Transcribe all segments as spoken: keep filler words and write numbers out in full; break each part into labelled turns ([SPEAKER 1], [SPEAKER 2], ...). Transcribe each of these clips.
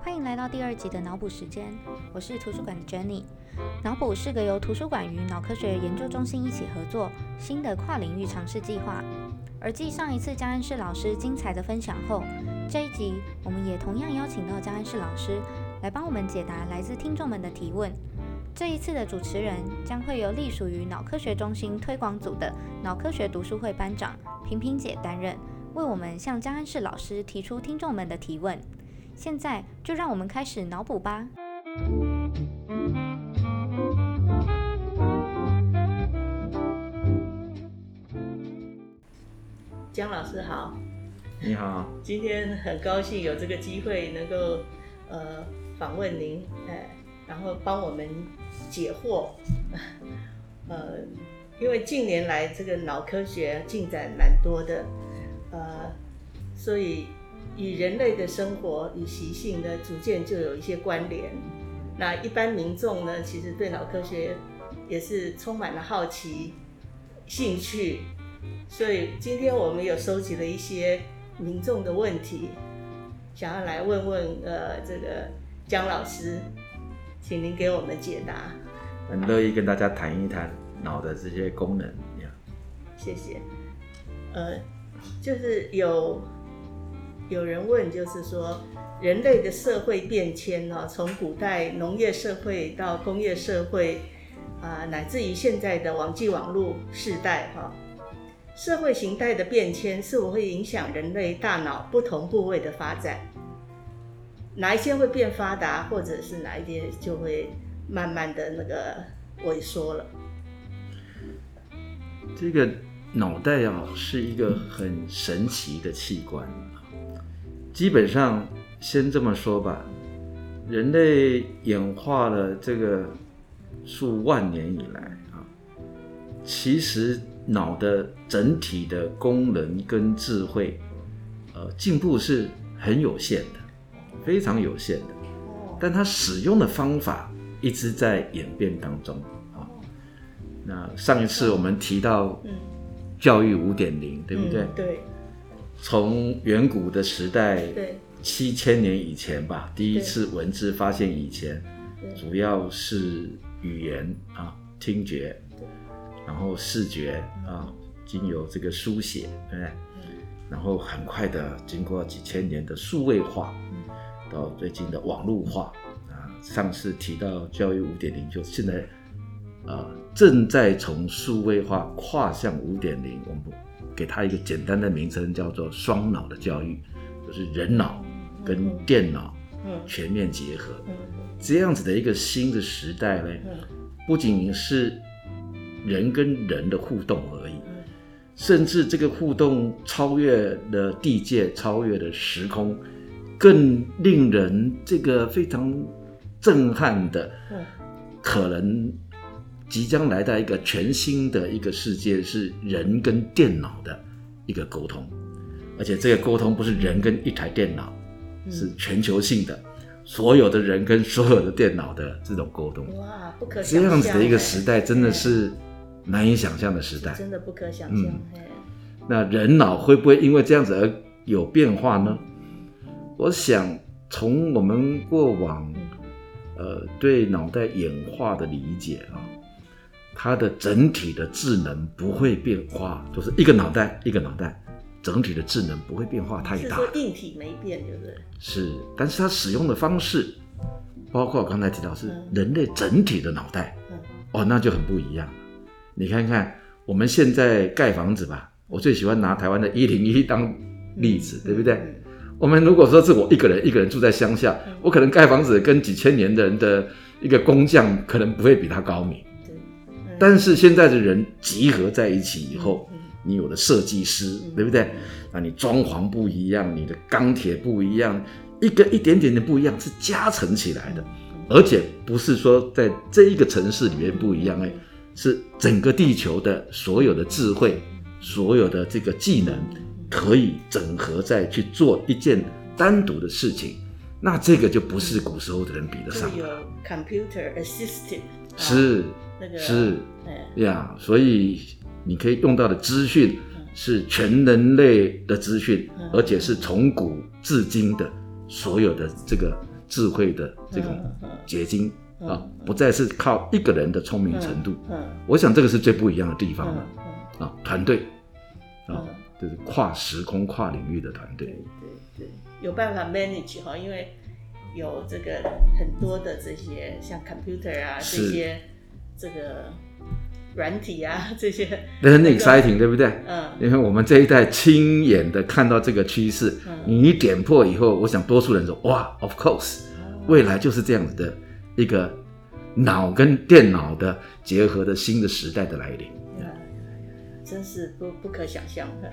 [SPEAKER 1] 欢迎来到第二集的脑补时间，我是图书馆的 Jenny。脑补是个由图书馆与脑科学研究中心一起合作新的跨领域尝试计划。而继上一次江安世老师精彩的分享后，这一集我们也同样邀请到江安世老师来帮我们解答来自听众们的提问。这一次的主持人将会由隶属于脑科学中心推广组的脑科学读书会班长平平姐担任，为我们向江安世老师提出听众们的提问。现在就让我们开始脑补吧。
[SPEAKER 2] 江老师好。
[SPEAKER 3] 你好。
[SPEAKER 2] 今天很高兴有这个机会能够呃访问您，哎，然后帮我们解惑。呃，因为近年来这个脑科学进展蛮多的，呃，所以与人类的生活与习性呢，逐渐就有一些关联。那一般民众呢，其实对脑科学也是充满了好奇、兴趣，所以今天我们有收集了一些民众的问题，想要来问问呃这个江老师，请您给我们解答。
[SPEAKER 3] 很乐意跟大家谈一谈脑的这些功能。
[SPEAKER 2] 谢谢。呃，就是有。有人问，就是说人类的社会变迁呢，从古代农业社会到工业社会，啊、呃，乃至于现在的网际网络世代哈，社会形态的变迁是否会影响人类大脑不同部位的发展？哪一些会变发达，或者是哪一些就会慢慢的那个萎缩了？
[SPEAKER 3] 这个脑袋啊，是一个很神奇的器官。基本上先这么说吧，人类演化了这个数万年以来啊，其实脑的整体的功能跟智慧，呃，进步是很有限的，非常有限的。但它使用的方法一直在演变当中啊。那上一次我们提到教育 五点零， 对不对？
[SPEAKER 2] 嗯，对。
[SPEAKER 3] 从远古的时代，七千年以前吧，第一次文字发现以前，主要是语言啊、听觉，然后视觉啊，经由这个书写，对不对？然后很快的经过几千年的数位化，到最近的网络化啊。上次提到教育 五点零， 就现在呃正在从数位化跨向 五点零， 我们给它一个简单的名称，叫做双脑的教育，就是人脑跟电脑全面结合。这样子的一个新的时代呢，不仅仅是人跟人的互动而已，甚至这个互动超越了地界，超越了时空，更令人这个非常震撼的，可能即将来到一个全新的一个世界，是人跟电脑的一个沟通，而且这个沟通不是人跟一台电脑，嗯、是全球性的，所有的人跟所有的电脑的这种沟通。
[SPEAKER 2] 哇，不可想象！
[SPEAKER 3] 这样子的一个时代，真的是难以想象的时代，
[SPEAKER 2] 真的不可想象。嗯、
[SPEAKER 3] 那人脑会不会因为这样子而有变化呢？我想，从我们过往，呃，对脑袋演化的理解啊。它的整体的智能不会变化，就是一个脑袋一个脑袋，整体的智能不会变化太大。
[SPEAKER 2] 是说硬体没变，对不对？
[SPEAKER 3] 是，但是它使用的方式，包括我刚才提到是人类整体的脑袋，嗯、哦，那就很不一样了。你看看我们现在盖房子吧，我最喜欢拿台湾的一零一当例子，嗯、对不对？嗯、我们如果说是我一个人一个人住在乡下，嗯、我可能盖房子跟几千年的人的一个工匠可能不会比他高明。但是现在的人集合在一起以后，你有了设计师，对不对？那你装潢不一样，你的钢铁不一样，一个一点点的不一样是加成起来的，而且不是说在这一个城市里面不一样，是整个地球的所有的智慧，所有的这个技能可以整合在去做一件单独的事情，那这个就不是古时候的人比得上了。
[SPEAKER 2] 就有 computer assisted，
[SPEAKER 3] 是。
[SPEAKER 2] 那个、
[SPEAKER 3] 是呀，所以你可以用到的资讯是全人类的资讯，而且是从古至今的所有的这个智慧的这种结晶、嗯嗯、啊，不再是靠一个人的聪明程度。嗯嗯、我想这个是最不一样的地方了、嗯嗯、啊，团队啊、嗯，就是跨时空、跨领域的团队。
[SPEAKER 2] 对对对，有办法 manage 哈，因为有这个很多的这些像 computer 啊这些这个软体啊这些，
[SPEAKER 3] 很 exciting 对不对？嗯，因为我们这一代亲眼的看到这个趋势、嗯，你一点破以后，我想多数人说哇 ，of course，、哦、未来就是这样子的一个脑跟电脑的结合的新的时代的来临。
[SPEAKER 2] 呀呀呀，真是不不可想象的。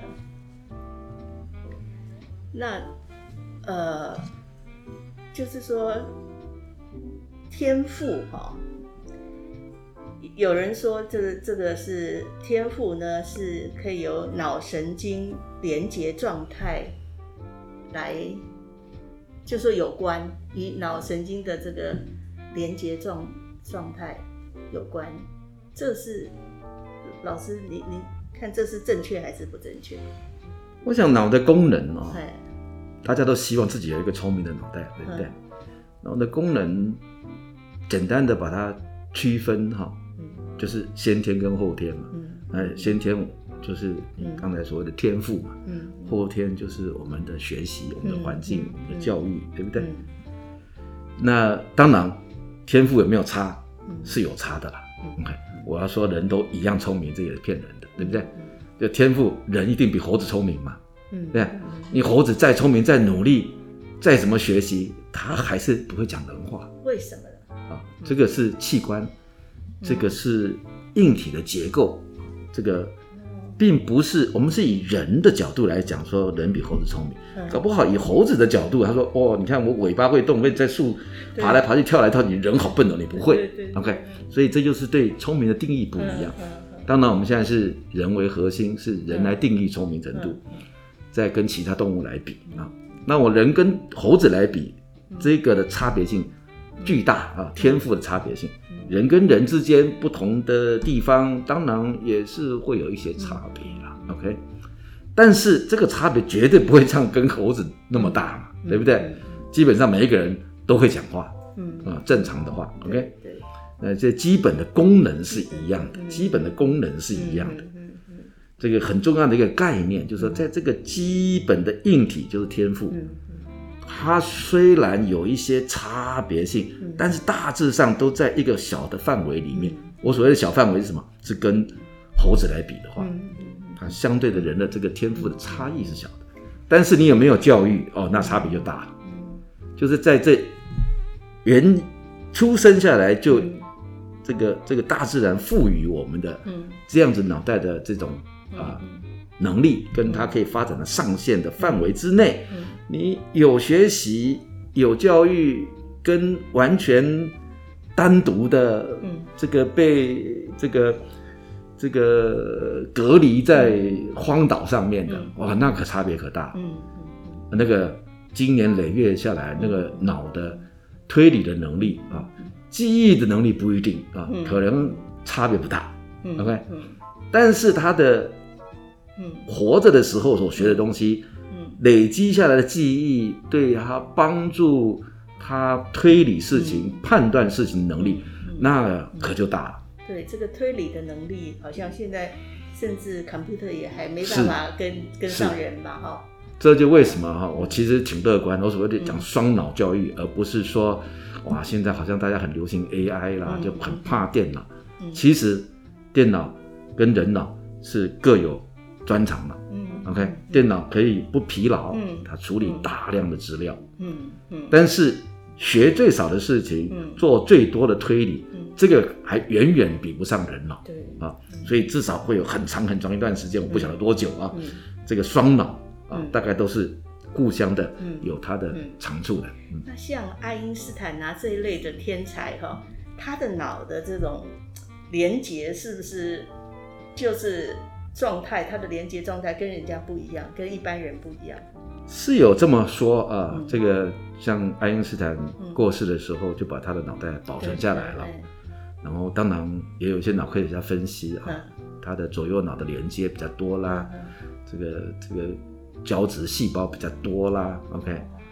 [SPEAKER 2] 那呃，就是说天赋哈。有人说这个这个是天赋呢，是可以由脑神经连结状态来，就说有关与脑神经的这个连结状状态有关。这是老师你你看这是正确还是不正确？
[SPEAKER 3] 我想脑的功能哦，大家都希望自己有一个聪明的脑袋，对不对？脑的功能简单的把它区分哈。就是先天跟后天嘛，嗯，先天就是你刚才所谓的天赋嘛，嗯，后天就是我们的学习、我们的环境、嗯、我们的教育，对不对？嗯、那当然，天赋有没有差？嗯、是有差的啦。嗯、OK， 我要说人都一样聪明，这也是骗人的，对不对？嗯、就天赋，人一定比猴子聪明嘛，嗯，对。你猴子再聪明、再努力、再怎么学习，他还是不会讲人话。
[SPEAKER 2] 为什么呢？
[SPEAKER 3] 啊，这个是器官。这个是硬体的结构，这个并不是我们是以人的角度来讲，说人比猴子聪明，嗯、搞不好以猴子的角度，他说哦，你看我尾巴会动，会在树爬来爬去、跳来跳去，人好笨哦，你不会。对对对 OK， 所以这就是对聪明的定义不一样。嗯嗯嗯、当然，我们现在是人为核心，是人来定义聪明程度，嗯嗯、再跟其他动物来比啊。那我人跟猴子来比，这个的差别性巨大啊，天赋的差别性。人跟人之间不同的地方，当然也是会有一些差别啦、嗯、OK， 但是这个差别绝对不会像跟猴子那么大嘛，嗯、对不对？嗯、基本上每一个人都会讲话，嗯、呃、正常的话 ，OK， 对，那这基本的功能是一样的，嗯、基本的功能是一样的。嗯嗯、这个很重要的一个概念，就是说，在这个基本的硬体就是天赋。嗯它虽然有一些差别性，嗯、但是大致上都在一个小的范围里面。嗯、我所谓的小范围是什么？是跟猴子来比的话，嗯、它相对的人的这个天赋的差异是小的。但是你有没有教育哦，那差别就大了。嗯、就是在这原出生下来就、嗯、这个这个大自然赋予我们的这样子脑袋的这种啊、呃、能力，跟它可以发展的上限的范围之内。嗯你有学习有教育跟完全单独的这个被这个这个隔离在荒岛上面的，哇，那可差别可大。嗯嗯、那个经年累月下来，那个脑的推理的能力啊，记忆的能力不一定啊，嗯、可能差别不大。嗯、OK，嗯、但是他的活着的时候所学的东西。累积下来的记忆对他帮助他推理事情、嗯、判断事情的能力，嗯、那可就大了。
[SPEAKER 2] 对，这个推理的能力，好像现在甚至 computer 也还没办法跟跟上人吧？哈，
[SPEAKER 3] 这就为什么哈，我其实挺乐观。我所谓的讲双脑教育，嗯、而不是说哇，现在好像大家很流行 A I 啦，嗯、就很怕电脑。嗯、其实电脑跟人脑是各有专长嘛。嗯 OK，嗯、电脑可以不疲劳，嗯、它处理大量的资料，嗯嗯、但是学最少的事情，嗯、做最多的推理，嗯、这个还远远比不上人脑。对啊，所以至少会有很长很长一段时间，我不晓得多久啊，嗯、这个双脑啊，嗯、大概都是互相的，嗯、有它的长处的。嗯嗯、
[SPEAKER 2] 那像爱因斯坦啊这一类的天才哈，他的脑的这种连结是不是就是状态，他的连接状态跟人家不一样，跟一般人不一样？
[SPEAKER 3] 是有这么说啊、呃嗯、这个像爱因斯坦过世的时候就把他的脑袋保存下来了，然后当然也有一些脑科学家分析啊，嗯、他的左右脑的连接比较多啦，嗯、这个这个胶质细胞比较多啦 OK，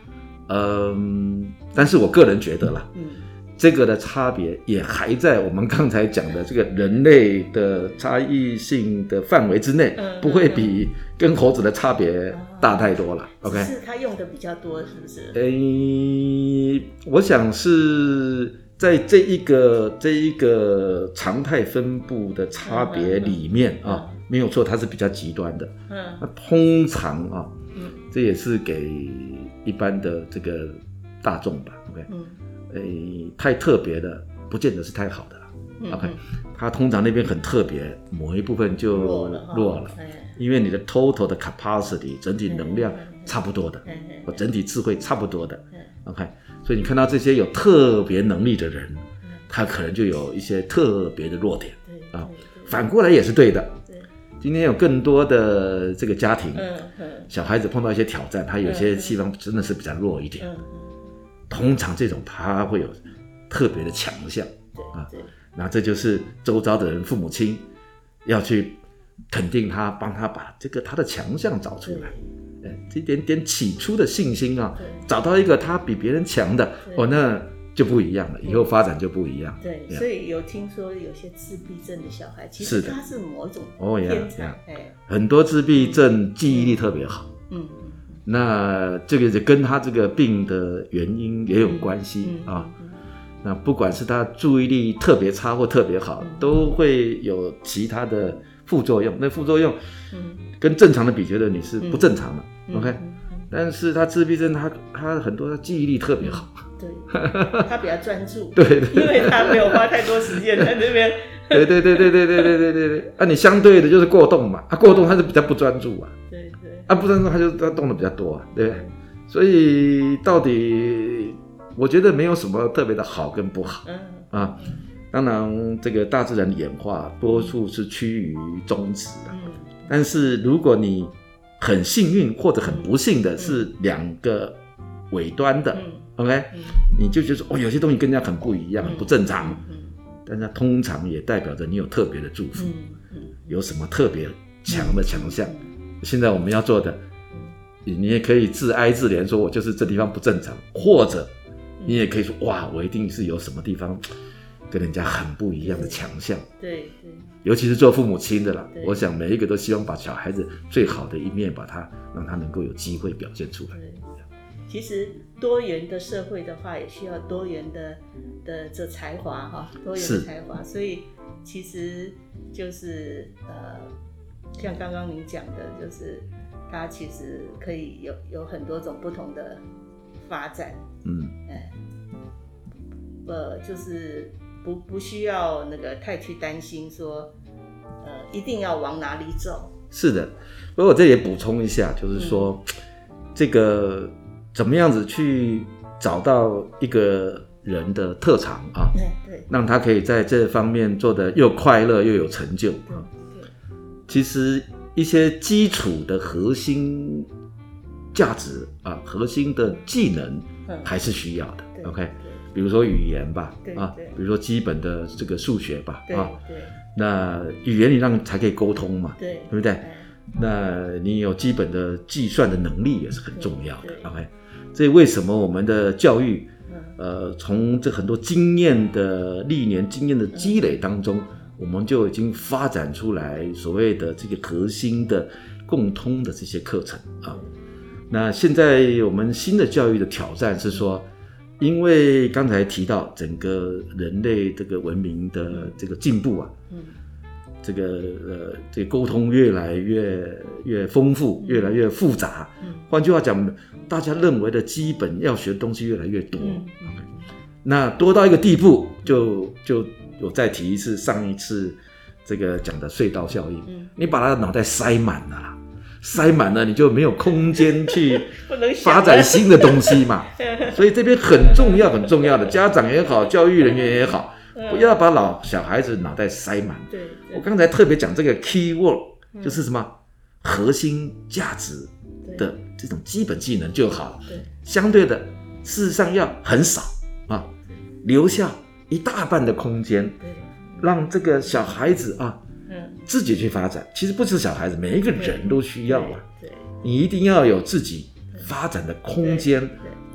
[SPEAKER 3] 嗯，但是我个人觉得啦，嗯，这个的差别也还在我们刚才讲的这个人类的差异性的范围之内，嗯、不会比跟猴子的差别大太多了。嗯、OK，
[SPEAKER 2] 是他用的比较多，是不是？
[SPEAKER 3] 诶，我想是在这一个这一个常态分布的差别里面、嗯、啊，没有错，它是比较极端的。嗯，那通常啊，嗯，这也是给一般的这个大众吧。OK， 嗯。诶，太特别的不见得是太好的啦。嗯、OK， 它通常那边很特别，某一部分就弱了，弱了因为你的 total 的 capacity 整体能量差不多的，或整体智慧差不多的。OK， 所以你看到这些有特别能力的人，他可能就有一些特别的弱点啊。反过来也是对的。今天有更多的这个家庭，小孩子碰到一些挑战，他有些地方真的是比较弱一点。通常这种他会有特别的强项啊，那这就是周遭的人父母亲要去肯定他，帮他把这个他的强项找出来，这一点点起初的信心啊，找到一个他比别人强的，哦，那就不一样了，以后发展就不一样。
[SPEAKER 2] 对，所以有听说有些自闭症的小孩，其实他是某种天才，
[SPEAKER 3] 哦、很多自闭症记忆力特别好。嗯。那这个就跟他这个病的原因也有关系、嗯、啊、嗯嗯。那不管是他注意力特别差或特别好，嗯、都会有其他的副作用。那副作用，嗯，跟正常的比，觉得你是不正常的、嗯、，OK、嗯嗯。但是他自闭症，他他很多他记忆力特别好，
[SPEAKER 2] 对，他比较专注，
[SPEAKER 3] 对, 对, 对，
[SPEAKER 2] 因为他没有花太多时间在那边。
[SPEAKER 3] 对对对对对对对对对对。啊，你相对的就是过动嘛，啊，过动他就比较不专注啊。对对。啊，不专注他就他动的比较多啊，对不对？所以到底我觉得没有什么特别的好跟不好、嗯、啊。当然这个大自然演化多数是趋于中值的、嗯、但是如果你很幸运或者很不幸的是两个尾端的、嗯、OK、嗯、你就觉得说哦，有些东西跟人家很不一样、嗯、很不正常、嗯、但是它通常也代表着你有特别的祝福、嗯嗯、有什么特别强的强项、嗯、现在我们要做的，你也可以自哀自怜，说我就是这地方不正常，或者你也可以说哇，我一定是有什么地方跟人家很不一样的强项。
[SPEAKER 2] 对对，
[SPEAKER 3] 尤其是做父母亲的啦，我想每一个都希望把小孩子最好的一面，把他让他能够有机会表现出来。
[SPEAKER 2] 其实多元的社会的话，也需要多元的的这才华哈，多元的才华。所以其实就是呃，像刚刚您讲的，就是它其实可以有有很多种不同的发展。嗯，哎，呃，就是不不需要那个太去担心说，呃，一定要往哪里走。
[SPEAKER 3] 是的，不过我这也补充一下，就是说、嗯、这个怎么样子去找到一个人的特长啊，对对，让他可以在这方面做得又快乐又有成就。对对，其实一些基础的核心价值啊，核心的技能还是需要的。OK， 比如说语言吧，啊，比如说基本的这个数学吧，啊，那语言你让才可以沟通嘛，对，对不对？那你有基本的计算的能力也是很重要的。OK， 这为什么我们的教育，呃，从这很多经验的历年经验的积累当中，我们就已经发展出来所谓的这个核心的共通的这些课程啊。那现在我们新的教育的挑战是说，因为刚才提到整个人类这个文明的这个进步啊，嗯，这个呃这个沟通越来越越丰富，越来越复杂。嗯，换句话讲，大家认为的基本要学的东西越来越多。嗯，那多到一个地步，就就我再提一次上一次这个讲的隧道效应。嗯，你把他的脑袋塞满了啦。塞满了，你就没有空间去发展新的东西嘛。所以这边很重要很重要的，家长也好，教育人员也好，不要把老小孩子脑袋塞满。对，我刚才特别讲这个 key word， 就是什么核心价值的这种基本技能就好了。相对的，事实上要很少啊，留下一大半的空间，让这个小孩子啊。自己去发展，其实不是小孩子，每一个人都需要啊。你一定要有自己发展的空间，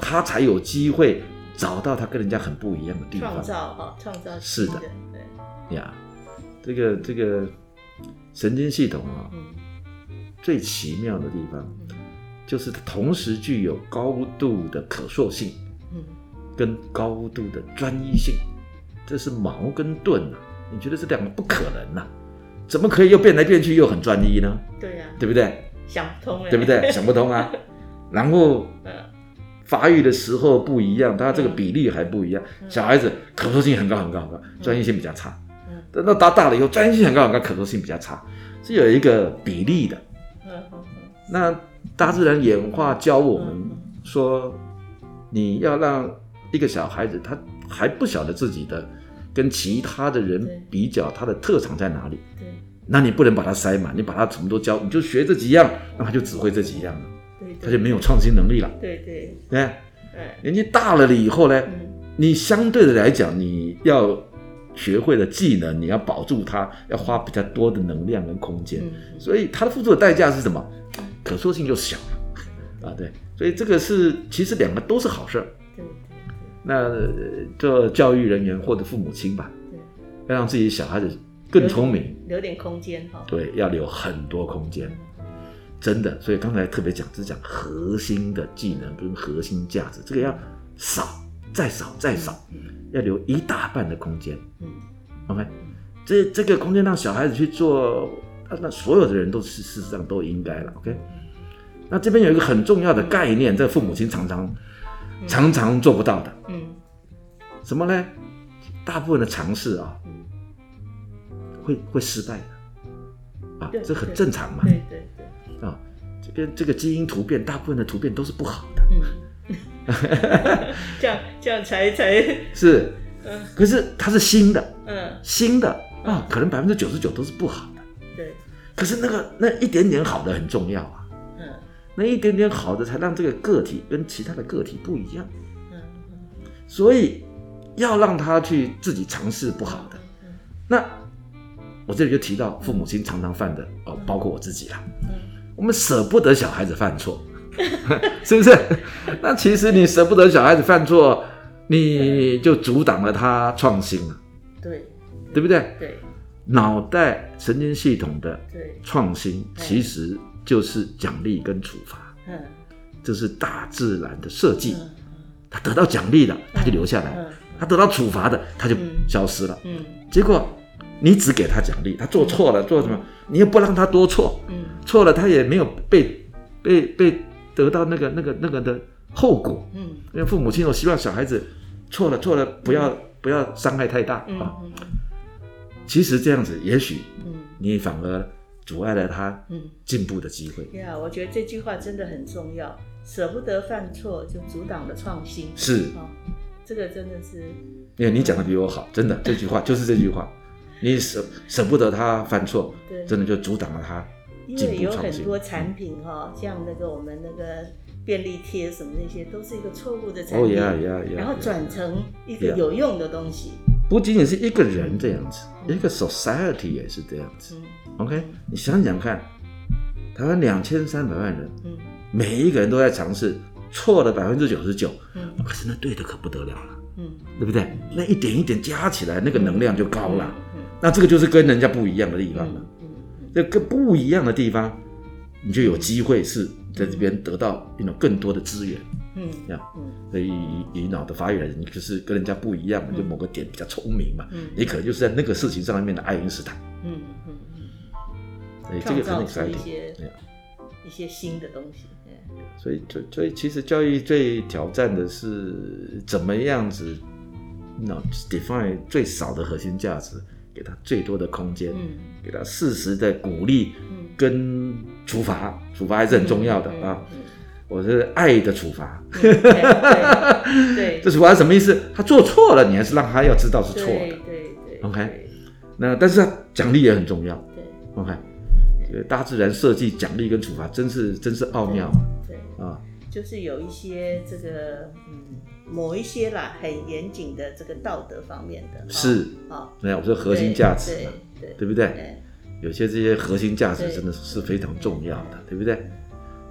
[SPEAKER 3] 他才有机会找到他跟人家很不一样的地方。
[SPEAKER 2] 创造哈，创造
[SPEAKER 3] 是的，
[SPEAKER 2] 对
[SPEAKER 3] 呀，这个这个神经系统啊，
[SPEAKER 2] 嗯、
[SPEAKER 3] 最奇妙的地方。嗯，就是同时具有高度的可塑性，嗯，跟高度的专一性，这是矛跟盾啊！你觉得这两个不可能啊？怎么可以又变来变去又很专一呢？
[SPEAKER 2] 对呀、啊，
[SPEAKER 3] 对不对？
[SPEAKER 2] 想不通，
[SPEAKER 3] 对不对？想不通啊！然后发育的时候不一样，它这个比例还不一样。嗯、小孩子可塑性很高很高很高，专一性比较差。嗯，等到他大了以后，专一性很高很高，可塑性比较差，是有一个比例的。嗯嗯嗯，那。大自然演化教我们说，你要让一个小孩子他还不晓得自己的跟其他的人比较他的特长在哪里，那你不能把他塞满，你把他什么都教，你就学这几样，那他就只会这几样了，他就没有创新能力了。
[SPEAKER 2] 对对
[SPEAKER 3] 对，年纪大了了以后呢，你相对的来讲，你要学会的技能，你要保住它，要花比较多的能量跟空间，所以他的付出的代价是什么？可塑性就小了啊，对，所以这个是其实两个都是好事儿。对，那做教育人员或者父母亲吧，要让自己小孩子更聪明，
[SPEAKER 2] 留点空间哈。
[SPEAKER 3] 对，要留很多空间，真的。所以刚才特别讲，是讲核心的技能跟核心价值，这个要少再少再少，要留一大半的空间。嗯 ，OK， 这这个空间让小孩子去做。那所有的人都是事实上都应该了 ，OK？ 那这边有一个很重要的概念，这父母亲常常、嗯、常常做不到的，嗯，什么呢？大部分的尝试啊，会会失败的，啊，这很正常嘛，
[SPEAKER 2] 对对对，
[SPEAKER 3] 啊，这边这个基因突变，大部分的突变都是不好的，
[SPEAKER 2] 嗯，这样这样才才
[SPEAKER 3] 是，嗯，可是它是新的，
[SPEAKER 2] 嗯，
[SPEAKER 3] 新的啊，可能百分之九十九都是不好的。
[SPEAKER 2] 对，
[SPEAKER 3] 可是那个那一点点好的很重要啊，嗯，那一点点好的才让这个个体跟其他的个体不一样，嗯，所以要让他去自己尝试不好的，嗯，那我这里就提到父母亲常常犯的哦，包括我自己啦，嗯，我们舍不得小孩子犯错，是不是？那其实你舍不得小孩子犯错，你就阻挡了他创新了，
[SPEAKER 2] 对，
[SPEAKER 3] 对不对？
[SPEAKER 2] 对。
[SPEAKER 3] 脑袋神经系统的创新其实就是奖励跟处罚，嗯，这是大自然的设计，嗯，他得到奖励的他就留下来，嗯，他得到处罚的他就消失了，嗯，结果你只给他奖励，他做错了做什么，你又不让他多错，嗯，错了他也没有被被被得到那个那个那个的后果，嗯，因为父母亲都希望小孩子错了错了不要不要伤害太大啊。嗯嗯，其实这样子，也许你反而阻碍了他进步的机会。
[SPEAKER 2] 对啊，我觉得这句话真的很重要，舍不得犯错就阻挡了创新。
[SPEAKER 3] 是，
[SPEAKER 2] 哦，这个真的是，
[SPEAKER 3] 因为你讲的比我好，真的，这句话就是这句话，你舍舍不得他犯错，真的就阻挡了他进步创新。
[SPEAKER 2] 因为有很多产品哈，嗯，像那个我们那个便利贴什么那些，都是一个错误的产品，
[SPEAKER 3] oh, yeah, yeah, yeah,
[SPEAKER 2] 然后转成一个有用的东西。
[SPEAKER 3] 不仅仅是一个人这样子，嗯，一个 society 也是这样子，嗯，OK， 你想想看，台湾两千三百万人，嗯，每一个人都在尝试，错了百分之九十九，可是那对的可不得了了，嗯，对不对？那一点一点加起来，那个能量就高了，嗯嗯，那这个就是跟人家不一样的地方了，嗯嗯，这个不一样的地方，你就有机会是在这边得到一种更多的资源。嗯，这样，所以以以脑的发育来讲，你就是跟人家不一样嘛，嗯，就某个点比较聪明嘛，嗯，你可能就是在那个事情上面的爱因斯坦，嗯嗯嗯，所以这个很 exciting，
[SPEAKER 2] 一些一些新的东西，
[SPEAKER 3] 所以最最其实教育最挑战的是怎么样子，那 define 最少的核心价值，给他最多的空间，嗯，给他适时的鼓励，嗯，跟处罚，处罚还是很重要的，嗯，啊。嗯嗯，我是爱的处罚，嗯，对对对，这处罚是什么意思？他做错了，你还是让他要知道是错的，对对对 ，OK。那但是他奖励也很重要，对 ，OK。大自然设计奖励跟处罚，真是真是奥妙，
[SPEAKER 2] 对，对啊，就是有一些这个嗯某一些啦很严谨的这个道德方面的，
[SPEAKER 3] 是啊，对，我说核心价值，对对，对不对？对，有些这些核心价值真的是非常重要的，对不对？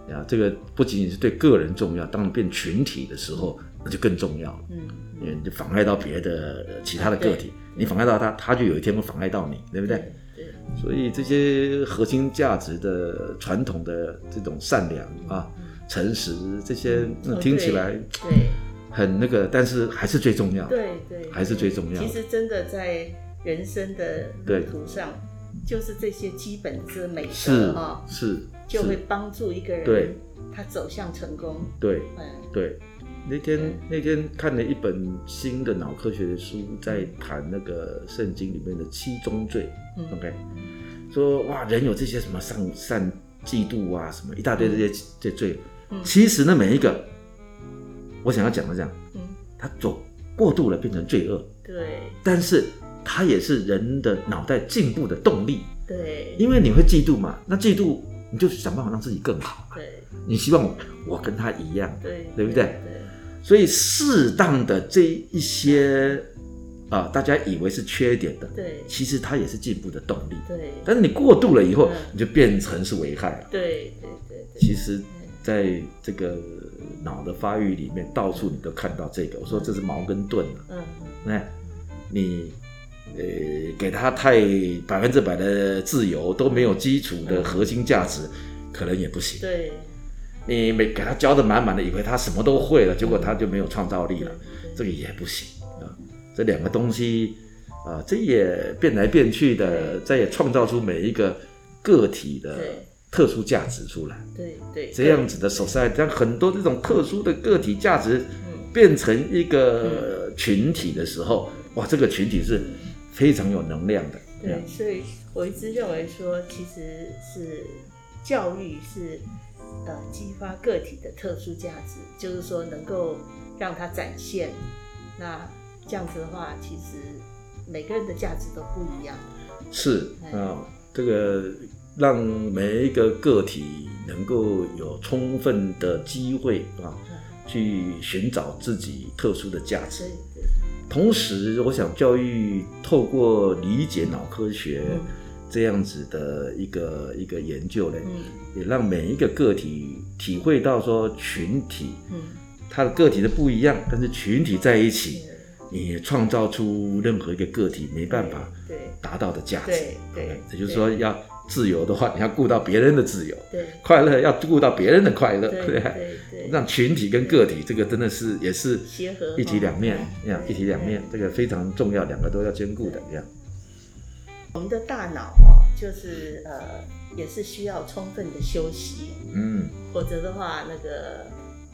[SPEAKER 3] 啊，这个不仅仅是对个人重要，当变群体的时候，那就更重要了。嗯，因为你就妨碍到别的其他的个体，你妨碍到他，他就有一天会妨碍到你，对不对？对。对，所以这些核心价值的传统的这种善良啊、诚实，这些、嗯、听起来对很那个，但是还是最重要。
[SPEAKER 2] 对对，
[SPEAKER 3] 还是最重要。
[SPEAKER 2] 其实真的在人生的路途上，就是这些基本的美德啊，
[SPEAKER 3] 是
[SPEAKER 2] 就会帮助一个人他走向成功。
[SPEAKER 3] 对、嗯、对。那天那天看了一本新的脑科学的书，在谈那个圣经里面的七宗罪。嗯、OK， 说哇，人有这些什么善善嫉妒啊，什么一大堆这些、嗯、这些罪。嗯、其实呢，每一个我想要讲的这样，嗯，他走过度了，变成罪恶。对，但是它也是人的脑袋进步的动力。对，因为你会嫉妒嘛，那嫉妒你就想办法让自己更好嘛。对，你希望 我, 我跟他一样，对，对不对？对。所以适当的这一些啊、呃，大家以为是缺点的，对，其实它也是进步的动力。对。但是你过度了以后，嗯、你就变成是危害了。对对 对, 对。其实，在这个脑的发育里面，到处你都看到这个。我说这是矛跟盾了。嗯嗯。哎，你呃给他太百分之百的自由，都没有基础的核心价值，嗯、可能也不行。对。你没给他教的满满的，以为他什么都会了，结果他就没有创造力了，这个也不行啊。这两个东西啊，这也变来变去的，这也创造出每一个个体的特殊价值出来。对对，这样子的 society， 让很多这种特殊的个体价值变成一个群体的时候，哇，这个群体是非常有能量的。
[SPEAKER 2] 对，所以我一直认为说，其实是教育是。呃，激发个体的特殊价值，就是说能够让它展现。那这样子的话，其实每个人的价值都不一样。是啊、哦，这个让每一个个体能够有充分的机会啊，去寻找自己特殊的价值。对对。同时，我想教育透过理解脑科学。嗯，这样子的一个一个研究呢，嗯、也让每一个个体体会到说群体，嗯，它的个体的不一样，但是群体在一起，你创造出任何一个个体没办法达到的价值。对对，对，也就是说要自由的话，你要顾到别人的自由；对，快乐要顾到别人的快乐。对对 对, 对，让群体跟个体这个真的是也是一体两面，这样一体两面，这个非常重要，两个都要兼顾的这样。我们的大脑哦，就是呃，也是需要充分的休息，嗯，否则的话，那个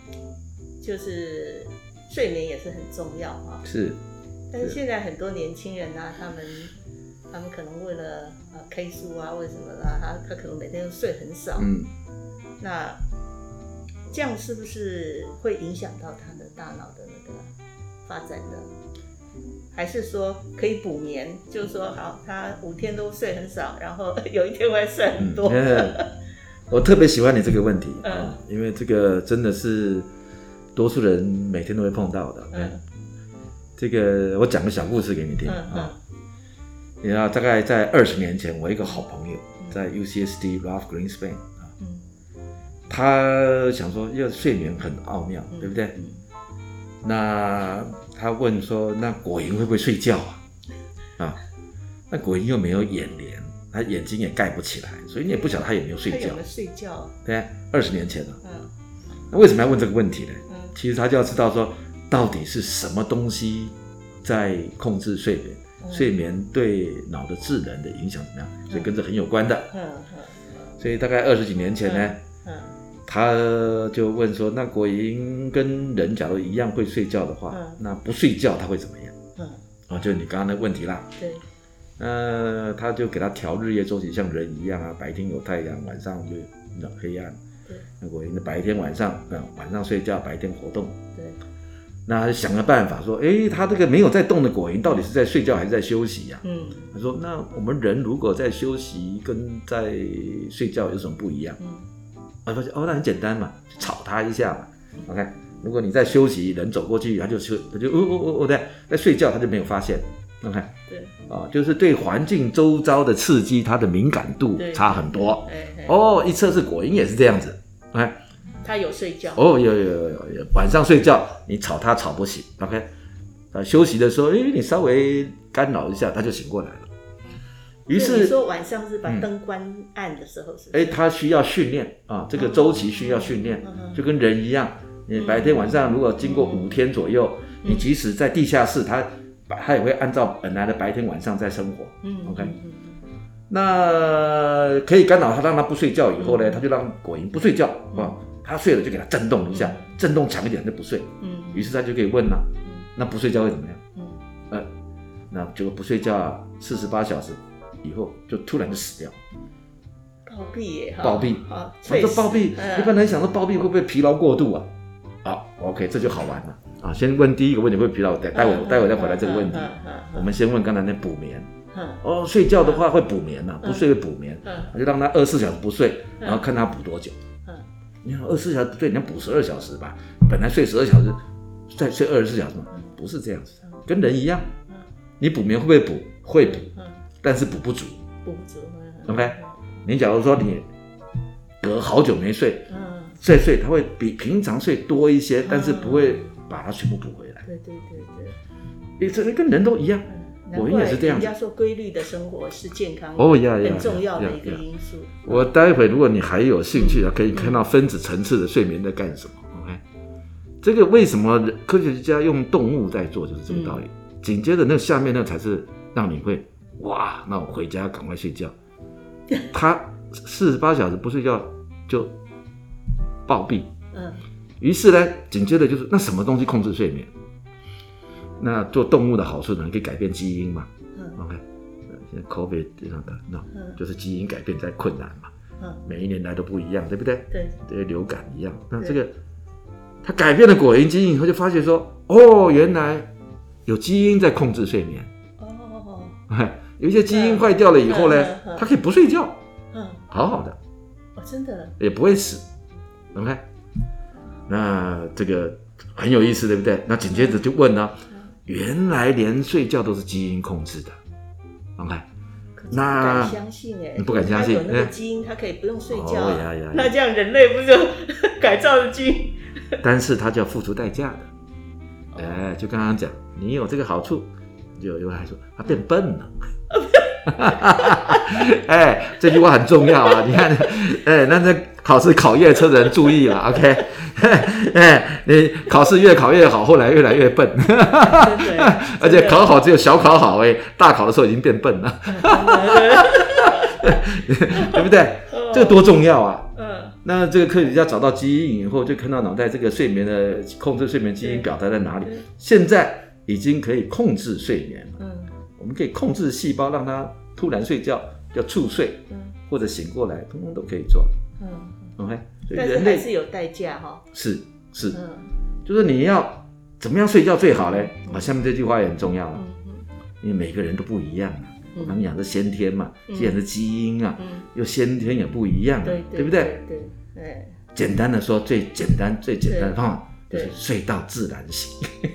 [SPEAKER 2] 就是睡眠也是很重要哈。是，但是现在很多年轻人啊，他们他们可能为了呃 K 书啊，为什么啦，他他可能每天都睡很少，嗯，那这样是不是会影响到他的大脑的那个发展呢？还是说可以补眠，就是说好，他五天都睡很少，然后有一天会睡很多。嗯、我特别喜欢你这个问题，嗯啊、因为这个真的是多数人每天都会碰到的。嗯、这个我讲个小故事给你听、嗯、啊。你知道，大概在二十年前，我一个好朋友在 U C S D Ralph Greenspan 啊，嗯、他想说，因为睡眠很奥妙，嗯、对不对？嗯、那他问说：“那果蝇会不会睡觉啊？”啊，那果蝇又没有眼帘，他眼睛也盖不起来，所以你也不晓得他有没有睡觉。他有没有睡觉？对啊，二十年前了。嗯。那为什么要问这个问题呢？嗯。其实他就要知道说，到底是什么东西在控制睡眠，嗯、睡眠对脑的智能的影响怎么样？所以跟这很有关的。嗯嗯。所以大概二十几年前呢。嗯。嗯他就问说，那果蝇跟人假如一样会睡觉的话，嗯、那不睡觉他会怎么样？嗯，哦，就是你刚刚的问题啦。对，呃，他就给他调日夜周期，像人一样啊，白天有太阳，晚上就黑暗。对，那果蝇的白天晚上，嗯，晚上睡觉，白天活动。对，那他就想个办法说，哎，他这个没有在动的果蝇到底是在睡觉还是在休息呀、啊？嗯，他说，那我们人如果在休息跟在睡觉有什么不一样？嗯。我发现哦，那很简单嘛，吵他一下嘛。OK， 如果你在休息，人走过去，他就他就哦哦哦哦对，在睡觉，他就没有发现。OK， 对，啊、哦，就是对环境周遭的刺激，它的敏感度差很多。哦，一测试果蝇也是这样子。
[SPEAKER 3] 哎，
[SPEAKER 2] 他有睡觉。
[SPEAKER 3] 哦，有有有有有，晚上睡觉你吵他吵不醒 ，OK。啊，休息的时候，哎，你稍微干扰一下，他就醒过来了。于是
[SPEAKER 2] 你说晚上是把灯关暗的时候是不是？
[SPEAKER 3] 哎、嗯，他需要训练啊，这个周期需要训练，嗯、就跟人一样。你白天晚上如果经过五天左右，嗯、你即使在地下室，他他也会按照本来的白天晚上在生活。嗯 ，OK。那可以干扰他，让他不睡觉以后呢，嗯、他就让果蝇不睡觉啊、嗯。他睡了就给他震动一下，嗯、震动强一点就不睡。嗯，于是他就可以问了。那不睡觉会怎么样？嗯，呃，那结果不睡觉啊，四十八小时以后就突然就死掉。
[SPEAKER 2] 暴毙耶！
[SPEAKER 3] 暴毙啊！这暴毙，一般人想说暴毙会不会疲劳过度啊？好 ，OK， 这就好玩了啊！先问第一个问题会疲劳，待待会待会再回来这个问题。我们先问刚才那补眠。哦，睡觉的话会补眠呐，不睡会补眠，就让他二十四小时不睡，然后看他补多久。你看二十四小时不睡，你要补十二小时吧？本来睡十二小时，再睡二十四小时嘛。不是这样子，跟人一样，你补眠会不会补？会补，但是补不足。
[SPEAKER 2] 补不足。
[SPEAKER 3] OK， 你假如说你隔好久没睡，再睡，它会比平常睡多一些，但是不会把它全部补回来。
[SPEAKER 2] 对对对
[SPEAKER 3] 对，这跟人都一样，我也是这样子。
[SPEAKER 2] 人家说规律的生活是健康
[SPEAKER 3] 哦呀呀
[SPEAKER 2] 很重要的一个因素。
[SPEAKER 3] 我待会如果你还有兴趣，可以看到分子层次的睡眠在干什么。这个为什么科学家用动物在做，就是这个道理。紧接着那下面那才是让你会哇，那我回家赶快睡觉。他四十八小时不睡觉就暴毙。嗯。于是呢，紧接着就是那什么东西控制睡眠？那做动物的好处呢，可以改变基因嘛。嗯。OK， 现在 COVID 这样的，那、嗯、就是基因改变在困难嘛。嗯。每一年来都不一样，对不对？对。对，流感一样。那这个。他改变了果蝇基因以后，就发现说，哦，原来有基因在控制睡眠。哦，有一些基因坏掉了以后呢，嗯、他可以不睡觉，嗯，好好的，
[SPEAKER 2] 哦，真的，
[SPEAKER 3] 也不会死。OK， 那这个很有意思，对不对？那紧接着就问了，嗯、原来连睡觉都是基因控制的。OK，
[SPEAKER 2] 那不敢相信哎，
[SPEAKER 3] 你不敢相信，
[SPEAKER 2] 有那个基因，他可以不用睡觉，
[SPEAKER 3] 哦呀呀呀，
[SPEAKER 2] 那这样人类不是改造的基因？
[SPEAKER 3] 但是他就要付出代价的，哎，就刚刚讲，你有这个好处，就有人说他变笨了，哎，这句话很重要啊！你看，哎，那这考试考越车的人注意了 ，OK， 哎，你考试越考越好，后来越来越笨，而且考好只有小考好，哎，大考的时候已经变笨了，对不对？这个多重要啊！那这个科学家找到基因以后，就看到脑袋这个睡眠的控制睡眠基因表达在哪里。现在已经可以控制睡眠了。嗯，我们可以控制细胞，让它突然睡觉，叫猝睡，嗯，或者醒过来，通通都可以做。嗯 ，OK，
[SPEAKER 2] 但是还是有代价哈。
[SPEAKER 3] 是是，嗯，就是你要怎么样睡觉最好呢？啊、嗯，下面这句话也很重要了，嗯、因为每个人都不一样啊。我刚讲的先天嘛，既然是基因啊，嗯、又先天也不一样、啊，对, 对, 对不对？对对。对，简单的说，最简单、最简单的方法就是睡到自然醒。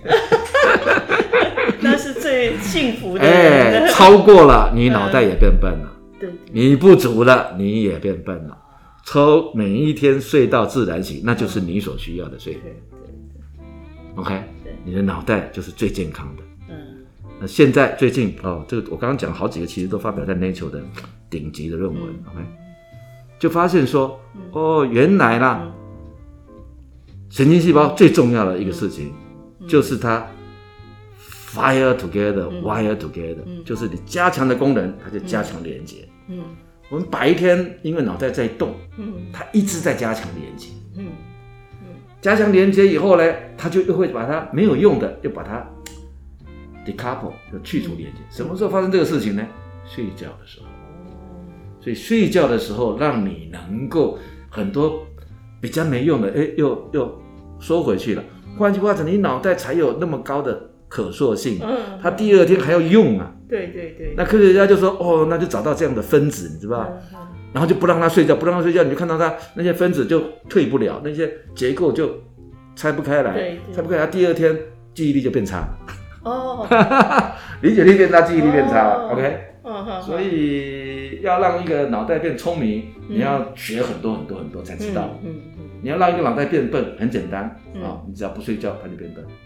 [SPEAKER 2] 那是最幸福的。
[SPEAKER 3] 哎，超过了，你脑袋也变笨了。嗯、对, 对。你不足了，你也变笨了。抽每一天睡到自然醒，那就是你所需要的睡眠。对对对。OK， 你的脑袋就是最健康的。嗯。那现在最近哦，这个我刚刚讲好几个，其实都发表在 Nature 的顶级的论文。嗯、OK。就发现说，哦，原来啦，神经细胞最重要的一个事情，就是它 fire together, wire together，就是你加强的功能，它就加强连接。我们白天因为脑袋在动，它一直在加强连接。加强连接以后呢，它就又会把它没有用的，又把它 decouple， 就去除连接。什么时候发生这个事情呢？睡觉的时候。所以睡觉的时候，让你能够很多比较没用的，哎，又又收回去了。换句话讲，你脑袋才有那么高的可塑性，嗯，它第二天还要用啊。
[SPEAKER 2] 对对对。
[SPEAKER 3] 那科学家就说，哦，那就找到这样的分子，你知道吧？嗯嗯、然后就不让它睡觉，不让它睡觉，你就看到它那些分子就退不了，那些结构就拆不开来，对对拆不开来，第二天记忆力就变差。哦。理解力变差，记忆力变差。哦、OK。哦
[SPEAKER 2] 哦，
[SPEAKER 3] 所以要让一个脑袋变聪明，嗯、你要学很多很多很多才知道。嗯嗯嗯、你要让一个脑袋变笨，很简单、嗯哦、你只要不睡觉，它就变笨。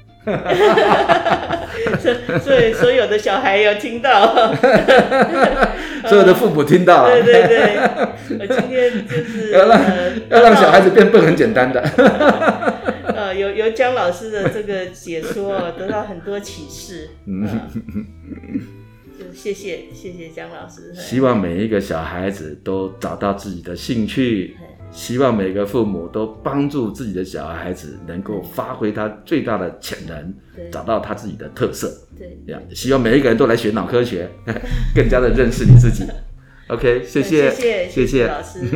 [SPEAKER 2] 所以所有的小孩有听到，
[SPEAKER 3] 所有的父母听到了。
[SPEAKER 2] 对对对，我今天就是
[SPEAKER 3] 要让、呃、要让小孩子变笨，很简单的。
[SPEAKER 2] 呃，有有姜老师的这个解说，得到很多启示。嗯，就谢谢谢谢姜老师。
[SPEAKER 3] 希望每一个小孩子都找到自己的兴趣。希望每个父母都帮助自己的小孩子能够发挥他最大的潜能，找到他自己的特色。对，希望每一个人都来学脑科学，更加的认识你自己。OK， 谢谢，
[SPEAKER 2] 谢谢，谢谢老师。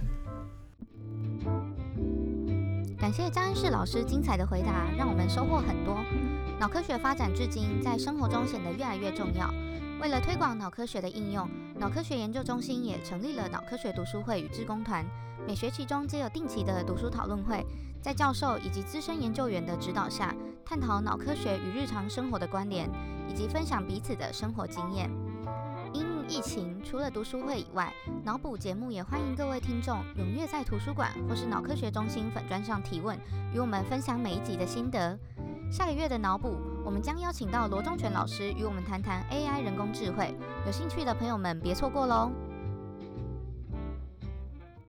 [SPEAKER 1] 感谢张恩士老师精彩的回答，让我们收获很多。脑科学发展至今，在生活中显得越来越重要。为了推广脑科学的应用，脑科学研究中心也成立了脑科学读书会与志工团，每学期中皆有定期的读书讨论会，在教授以及资深研究员的指导下，探讨脑科学与日常生活的关联，以及分享彼此的生活经验。因应疫情，除了读书会以外，脑补节目也欢迎各位听众踊跃在图书馆或是脑科学中心粉专上提问，与我们分享每一集的心得。下个月的脑补，我们将邀请到罗仲全老师与我们谈谈 A I 人工智慧，有兴趣的朋友们别错过喽。